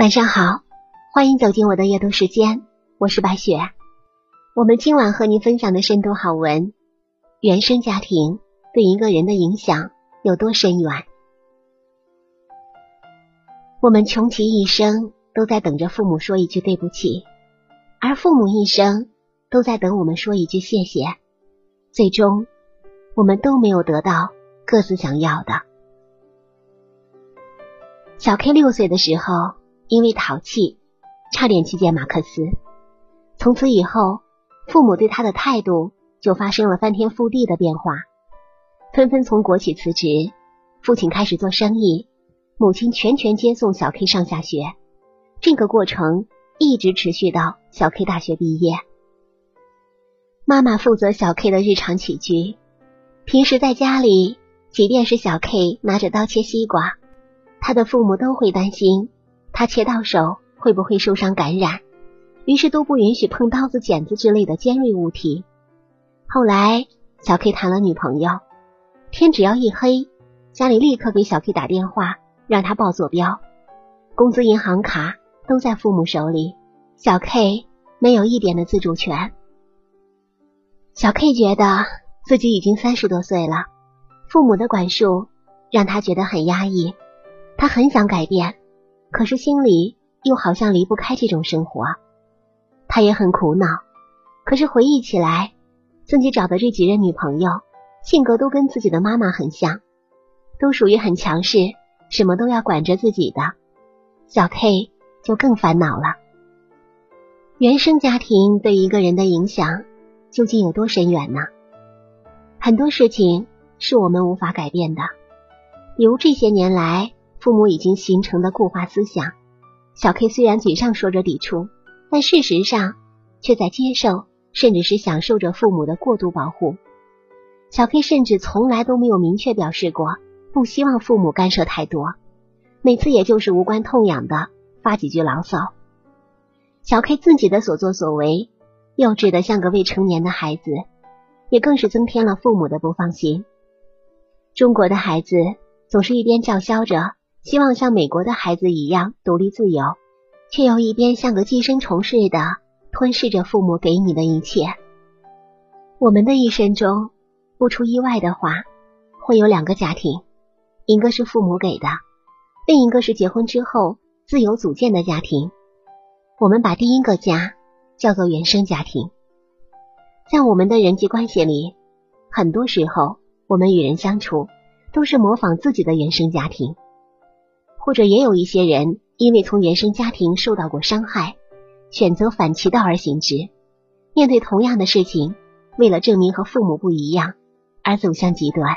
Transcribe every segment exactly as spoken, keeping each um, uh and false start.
晚上好，欢迎走进我的阅读时间，我是白雪。我们今晚和您分享的深度好文，原生家庭对一个人的影响有多深远。我们穷其一生都在等着父母说一句对不起，而父母一生都在等我们说一句谢谢，最终我们都没有得到各自想要的。小 K 六岁的时候，因为淘气，差点去见马克思。从此以后，父母对他的态度就发生了翻天覆地的变化，纷纷从国企辞职，父亲开始做生意，母亲全权接送小 K 上下学。这个过程一直持续到小 K 大学毕业。妈妈负责小 K 的日常起居，平时在家里，即便是小 K 拿着刀切西瓜，他的父母都会担心他切到手会不会受伤感染，于是都不允许碰刀子剪子之类的尖锐物体。后来小 K 谈了女朋友，天只要一黑，家里立刻给小 K 打电话让他报坐标，工资银行卡都在父母手里，小 K 没有一点的自主权。小 K 觉得自己已经三十多岁了，父母的管束让他觉得很压抑，他很想改变，可是心里又好像离不开这种生活。他也很苦恼，可是回忆起来，自己找的这几任女朋友性格都跟自己的妈妈很像，都属于很强势，什么都要管着自己的。小 K 就更烦恼了。原生家庭对一个人的影响究竟有多深远呢？很多事情是我们无法改变的，比如这些年来父母已经形成的固化思想，小 K 虽然嘴上说着抵触，但事实上却在接受甚至是享受着父母的过度保护。小 K 甚至从来都没有明确表示过不希望父母干涉太多，每次也就是无关痛痒的发几句牢骚。小 K 自己的所作所为幼稚的像个未成年的孩子，也更是增添了父母的不放心。中国的孩子总是一边叫嚣着希望像美国的孩子一样独立自由，却又一边像个寄生虫似的吞噬着父母给你的一切。我们的一生中，不出意外的话，会有两个家庭，一个是父母给的，另一个是结婚之后自由组建的家庭。我们把第一个家叫做原生家庭。在我们的人际关系里，很多时候我们与人相处都是模仿自己的原生家庭，或者也有一些人因为从原生家庭受到过伤害，选择反其道而行之，面对同样的事情，为了证明和父母不一样而走向极端。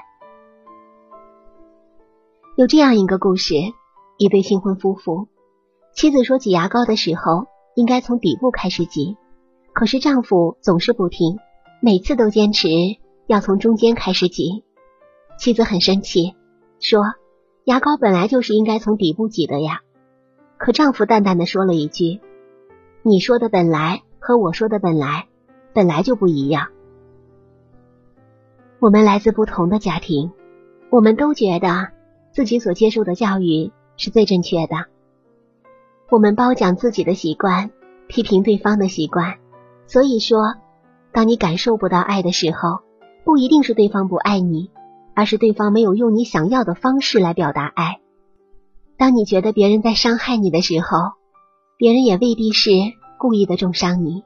有这样一个故事，一对新婚夫妇，妻子说挤牙膏的时候应该从底部开始挤，可是丈夫总是不听，每次都坚持要从中间开始挤。妻子很生气，说牙膏本来就是应该从底部挤的呀。可丈夫淡淡地说了一句，你说的本来和我说的本来本来就不一样。我们来自不同的家庭，我们都觉得自己所接受的教育是最正确的。我们褒奖自己的习惯，批评对方的习惯。所以说，当你感受不到爱的时候，不一定是对方不爱你，而是对方没有用你想要的方式来表达爱。当你觉得别人在伤害你的时候，别人也未必是故意的重伤你。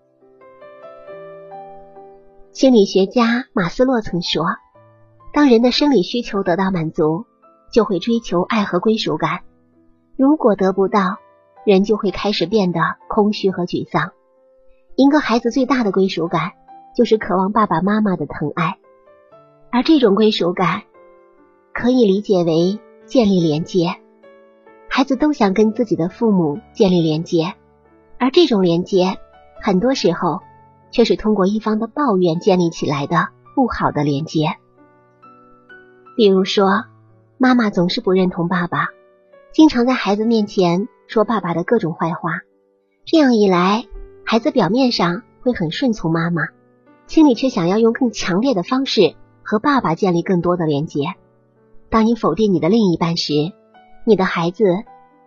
心理学家马斯洛曾说，当人的生理需求得到满足，就会追求爱和归属感。如果得不到，人就会开始变得空虚和沮丧。一个孩子最大的归属感就是渴望爸爸妈妈的疼爱，而这种归属感可以理解为建立连接。孩子都想跟自己的父母建立连接，而这种连接很多时候却是通过一方的抱怨建立起来的不好的连接。比如说，妈妈总是不认同爸爸，经常在孩子面前说爸爸的各种坏话，这样一来，孩子表面上会很顺从妈妈，心里却想要用更强烈的方式和爸爸建立更多的连接。当你否定你的另一半时，你的孩子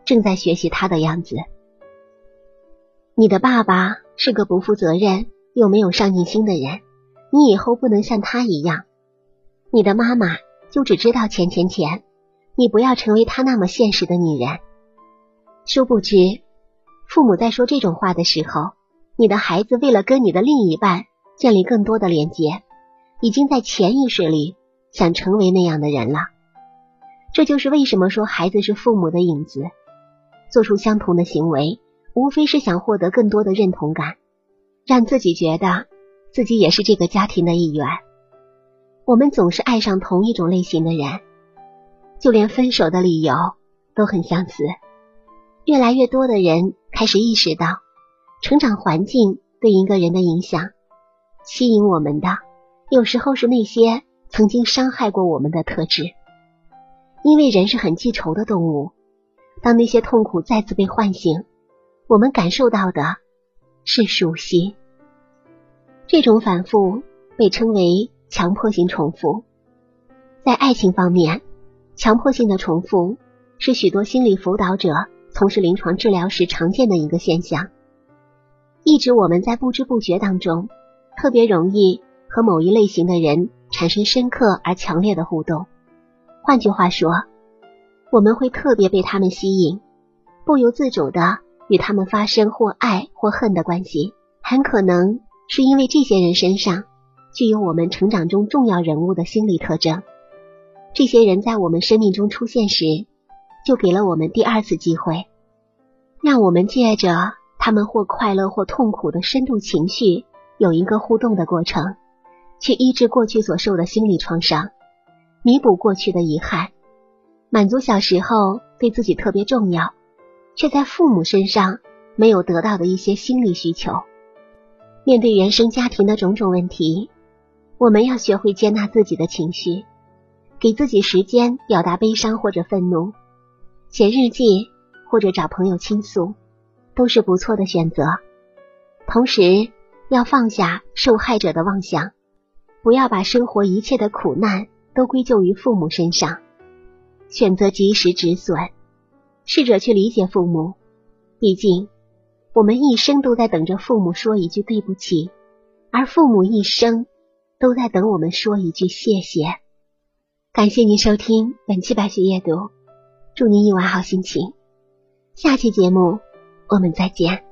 正在学习他的样子。你的爸爸是个不负责任又没有上进心的人，你以后不能像他一样。你的妈妈就只知道钱钱钱，你不要成为她那么现实的女人。殊不知，父母在说这种话的时候，你的孩子为了跟你的另一半建立更多的连接，已经在潜意识里想成为那样的人了。这就是为什么说孩子是父母的影子，做出相同的行为，无非是想获得更多的认同感，让自己觉得自己也是这个家庭的一员。我们总是爱上同一种类型的人，就连分手的理由都很相似。越来越多的人开始意识到，成长环境对一个人的影响，吸引我们的有时候是那些曾经伤害过我们的特质。因为人是很记仇的动物，当那些痛苦再次被唤醒，我们感受到的是熟悉。这种反复被称为强迫性重复。在爱情方面，强迫性的重复是许多心理辅导者从事临床治疗时常见的一个现象，意指我们在不知不觉当中特别容易和某一类型的人产生深刻而强烈的互动。换句话说，我们会特别被他们吸引，不由自主的与他们发生或爱或恨的关系，很可能是因为这些人身上具有我们成长中重要人物的心理特征。这些人在我们生命中出现时，就给了我们第二次机会，让我们借着他们或快乐或痛苦的深度情绪有一个互动的过程，去医治过去所受的心理创伤，弥补过去的遗憾，满足小时候对自己特别重要却在父母身上没有得到的一些心理需求。面对原生家庭的种种问题，我们要学会接纳自己的情绪，给自己时间表达悲伤或者愤怒，写日记或者找朋友倾诉，都是不错的选择。同时要放下受害者的妄想，不要把生活一切的苦难都归咎于父母身上，选择及时止损，试着去理解父母。毕竟我们一生都在等着父母说一句对不起，而父母一生都在等我们说一句谢谢。感谢您收听本期白雪夜读，祝您一晚好心情。下期节目我们再见。